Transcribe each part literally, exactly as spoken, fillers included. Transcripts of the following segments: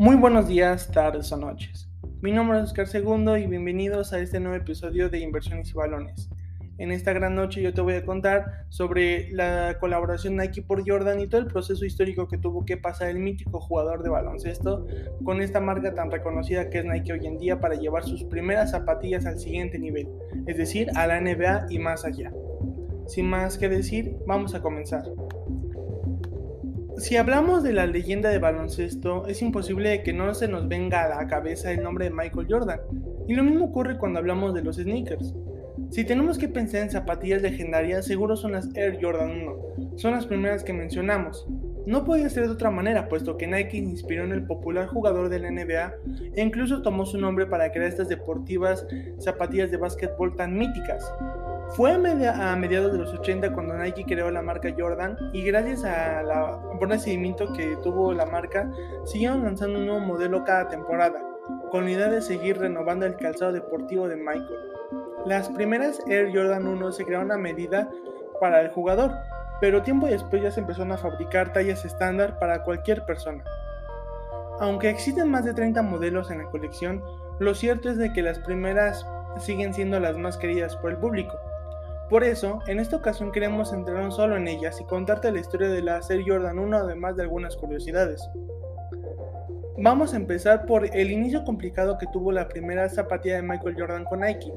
Muy buenos días, tardes o noches. Mi nombre es Oscar Segundo y bienvenidos a este nuevo episodio de Inversiones y Balones. En esta gran noche yo te voy a contar sobre la colaboración Nike por Jordan y todo el proceso histórico que tuvo que pasar el mítico jugador de baloncesto con esta marca tan reconocida que es Nike hoy en día para llevar sus primeras zapatillas al siguiente nivel, es decir, a la N B A y más allá. Sin más que decir, vamos a comenzar. Si hablamos de la leyenda de baloncesto, es imposible que no se nos venga a la cabeza el nombre de Michael Jordan, y lo mismo ocurre cuando hablamos de los sneakers. Si tenemos que pensar en zapatillas legendarias, seguro son las Air Jordan uno, son las primeras que mencionamos. No podía ser de otra manera, puesto que Nike inspiró en el popular jugador de la N B A e incluso tomó su nombre para crear estas deportivas zapatillas de básquetbol tan míticas. Fue a, media, a mediados de los ochenta cuando Nike creó la marca Jordan y gracias al buen seguimiento que tuvo la marca, siguieron lanzando un nuevo modelo cada temporada, con la idea de seguir renovando el calzado deportivo de Michael. Las primeras Air Jordan uno se crearon a medida para el jugador, pero tiempo después ya se empezaron a fabricar tallas estándar para cualquier persona. Aunque existen más de treinta modelos en la colección, lo cierto es de que las primeras siguen siendo las más queridas por el público. Por eso, en esta ocasión queremos centrarnos solo en ellas y contarte la historia de la Air Jordan uno, además de algunas curiosidades. Vamos a empezar por el inicio complicado que tuvo la primera zapatilla de Michael Jordan con Nike.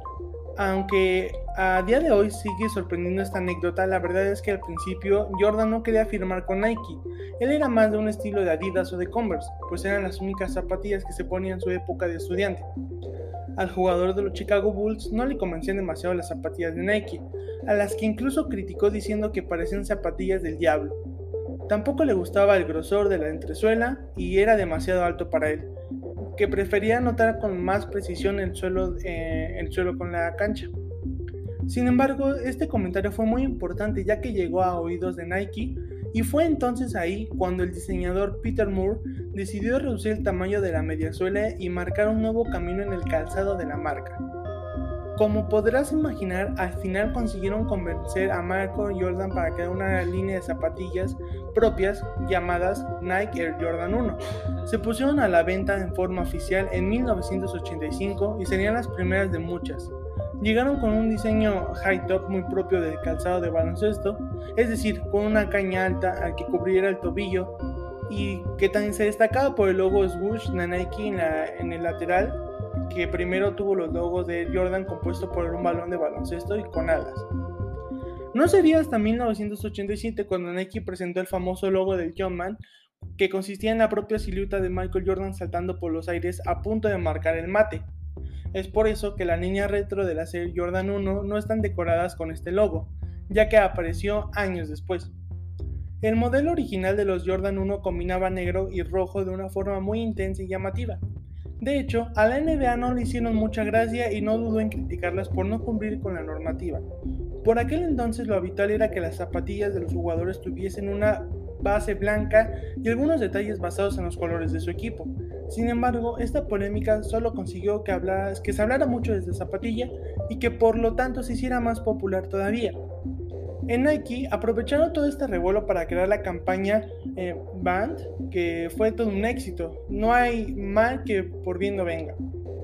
Aunque a día de hoy sigue sorprendiendo esta anécdota, la verdad es que al principio Jordan no quería firmar con Nike. Él era más de un estilo de Adidas o de Converse, pues eran las únicas zapatillas que se ponían en su época de estudiante. Al jugador de los Chicago Bulls no le convencían demasiado las zapatillas de Nike, a las que incluso criticó diciendo que parecían zapatillas del diablo. Tampoco le gustaba el grosor de la entresuela y era demasiado alto para él, que prefería notar con más precisión el suelo, eh, el suelo con la cancha. Sin embargo, este comentario fue muy importante ya que llegó a oídos de Nike y fue entonces ahí cuando el diseñador Peter Moore decidió reducir el tamaño de la mediasuela y marcar un nuevo camino en el calzado de la marca. Como podrás imaginar, al final consiguieron convencer a Michael Jordan para crear una línea de zapatillas propias llamadas Nike Air Jordan uno. Se pusieron a la venta en forma oficial en mil novecientos ochenta y cinco y serían las primeras de muchas. Llegaron con un diseño high top muy propio del calzado de baloncesto, es decir, con una caña alta al que cubriera el tobillo y que también se destacaba por el logo swoosh de Nike en, la, en el lateral, que primero tuvo los logos de Jordan compuesto por un balón de baloncesto y con alas. No sería hasta mil novecientos ochenta y siete cuando Nike presentó el famoso logo del Jumpman, que consistía en la propia silueta de Michael Jordan saltando por los aires a punto de marcar el mate. Es por eso que la línea retro de la Air Jordan uno no están decoradas con este logo, ya que apareció años después. El modelo original de los Jordan uno combinaba negro y rojo de una forma muy intensa y llamativa. De hecho, a la N B A no le hicieron mucha gracia y no dudó en criticarlas por no cumplir con la normativa. Por aquel entonces lo habitual era que las zapatillas de los jugadores tuviesen una base blanca y algunos detalles basados en los colores de su equipo. Sin embargo, esta polémica solo consiguió que, hablara, que se hablara mucho de esta zapatilla y que por lo tanto se hiciera más popular todavía. En Nike aprovecharon todo este revuelo para crear la campaña eh, Band, que fue todo un éxito. No hay mal que por bien no venga.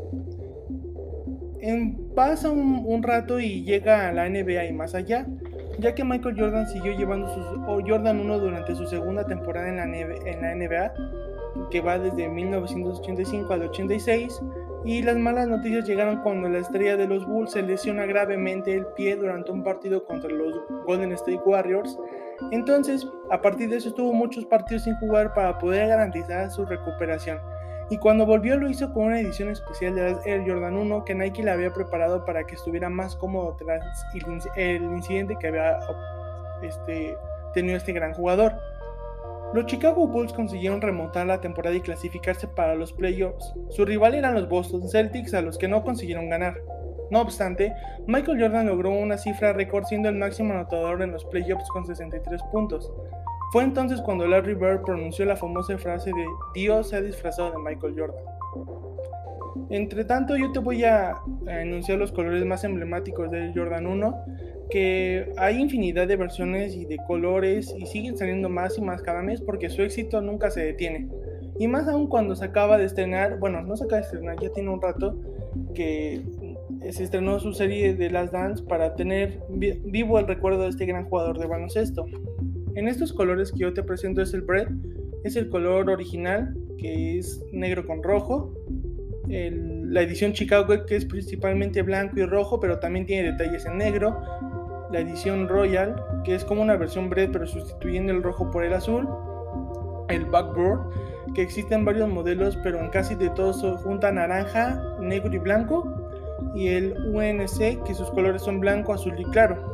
En, pasa un, un rato y llega a la N B A y más allá, ya que Michael Jordan siguió llevando sus Jordan uno durante su segunda temporada en la, en la N B A, que va desde mil novecientos ochenta y cinco al ochenta y seis, y las malas noticias llegaron cuando la estrella de los Bulls se lesiona gravemente el pie durante un partido contra los Golden State Warriors. Entonces, a partir de eso estuvo muchos partidos sin jugar para poder garantizar su recuperación, y cuando volvió lo hizo con una edición especial de la Air Jordan uno que Nike le había preparado para que estuviera más cómodo tras el incidente que había este, tenido este gran jugador. Los Chicago Bulls consiguieron remontar la temporada y clasificarse para los playoffs. Su rival eran los Boston Celtics, a los que no consiguieron ganar. No obstante, Michael Jordan logró una cifra récord siendo el máximo anotador en los playoffs con sesenta y tres puntos. Fue entonces cuando Larry Bird pronunció la famosa frase de "Dios se ha disfrazado de Michael Jordan". Entre tanto, yo te voy a, a enunciar los colores más emblemáticos del Jordan uno, que hay infinidad de versiones y de colores y siguen saliendo más y más cada mes porque su éxito nunca se detiene. y más aún cuando se acaba de estrenar, bueno, no se acaba de estrenar, ya tiene un rato que se estrenó su serie de Last Dance para tener vivo el recuerdo de este gran jugador de baloncesto. En estos colores que yo te presento es el Bread, es el color original que es negro con rojo, el, la edición Chicago que es principalmente blanco y rojo pero también tiene detalles en negro, la edición Royal que es como una versión Bread pero sustituyendo el rojo por el azul, el Backboard que existen varios modelos pero en casi de todos se junta naranja, negro y blanco, y el U N C que sus colores son blanco, azul y claro.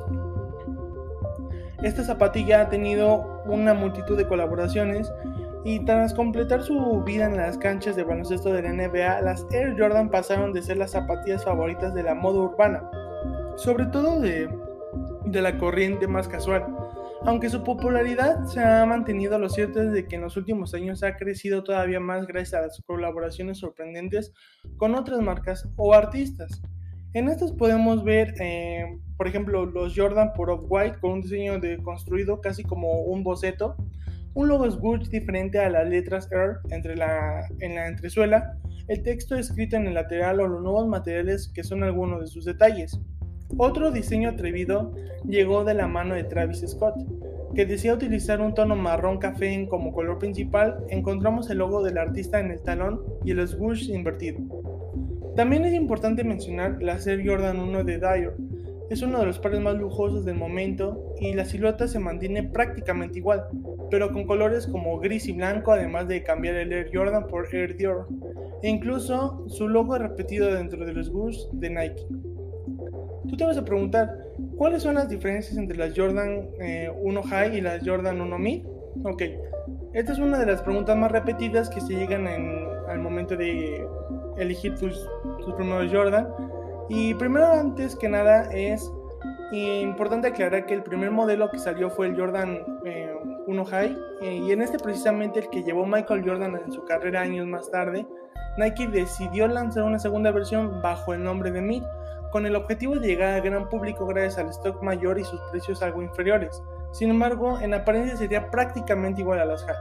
Esta zapatilla ha tenido una multitud de colaboraciones y tras completar su vida en las canchas de baloncesto de la N B A, las Air Jordan pasaron de ser las zapatillas favoritas de la moda urbana, sobre todo de, de la corriente más casual. Aunque su popularidad se ha mantenido, lo cierto es de que en los últimos años ha crecido todavía más gracias a las colaboraciones sorprendentes con otras marcas o artistas. En estas podemos ver, eh, por ejemplo, los Jordan por Off-White con un diseño de construido casi como un boceto, un logo swoosh diferente a las letras Air entre la, en la entresuela, el texto escrito en el lateral o los nuevos materiales que son algunos de sus detalles. Otro diseño atrevido llegó de la mano de Travis Scott, que decía utilizar un tono marrón café como color principal. Encontramos el logo del artista en el talón y el swoosh invertido. También es importante mencionar la Air Jordan uno de Dyer. Es uno de los pares más lujosos del momento y la silueta se mantiene prácticamente igual, pero con colores como gris y blanco, además de cambiar el Air Jordan por Air Dior, e incluso su logo es repetido dentro de los swoosh de Nike. Tú te vas a preguntar, ¿cuáles son las diferencias entre las Jordan eh, uno High y las Jordan uno Mid? Ok, esta es una de las preguntas más repetidas que se llegan en, al momento de elegir tus, tus primeros Jordan. Y primero, antes que nada, es importante aclarar que el primer modelo que salió fue el Jordan eh, uno High, eh, y en este precisamente el que llevó Michael Jordan en su carrera años más tarde. Nike decidió lanzar una segunda versión bajo el nombre de Mid, con el objetivo de llegar al gran público gracias al stock mayor y sus precios algo inferiores. Sin embargo, en apariencia sería prácticamente igual a las High.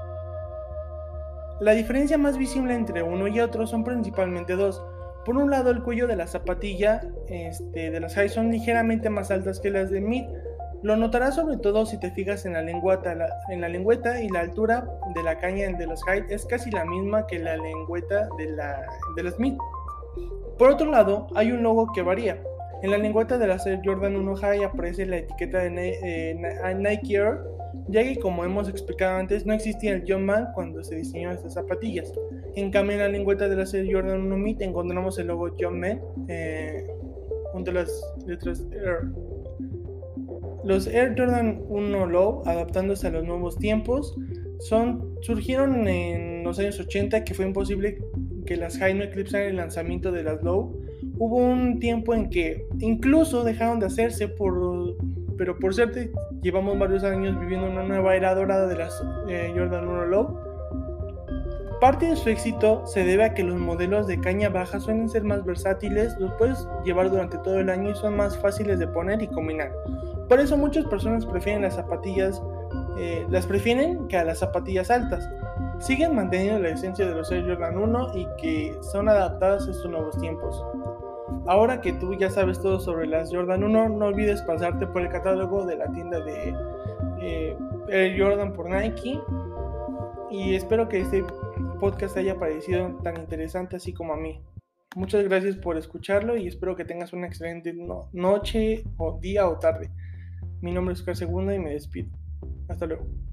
La diferencia más visible entre uno y otro son principalmente dos. Por un lado, el cuello de la zapatilla este, de las High son ligeramente más altas que las de Mid. Lo notarás sobre todo si te fijas en la lengüeta, la, en la lengüeta y la altura de la caña de las High es casi la misma que la lengüeta de, la, de las Mid. Por otro lado, hay un logo que varía. En la lengüeta de la Air Jordan uno High aparece la etiqueta de eh, Nike Air, ya que, como hemos explicado antes, no existía el Jumpman cuando se diseñó estas zapatillas. En cambio, en la lengüeta de la Air Jordan uno Mid encontramos el logo Jumpman eh, junto a las letras Air. Los Air Jordan uno Low, adaptándose a los nuevos tiempos, son, surgieron en los años ochenta, que fue imposible que las High no eclipsaran el lanzamiento de las Low. Hubo un tiempo en que incluso dejaron de hacerse, por, pero por suerte llevamos varios años viviendo una nueva era dorada de las eh, Jordan uno Low. Parte de su éxito se debe a que los modelos de caña baja suelen ser más versátiles, los puedes llevar durante todo el año y son más fáciles de poner y combinar. Por eso muchas personas prefieren las zapatillas, eh, las prefieren que a las zapatillas altas. Siguen manteniendo la esencia de los Air Jordan uno y que son adaptadas a estos nuevos tiempos. Ahora que tú ya sabes todo sobre las Jordan uno, no olvides pasarte por el catálogo de la tienda de eh, Air Jordan por Nike, y espero que este podcast te haya parecido tan interesante así como a mí. Muchas gracias por escucharlo y espero que tengas una excelente no- noche o día o tarde. Mi nombre es Oscar Segunda y me despido. Hasta luego.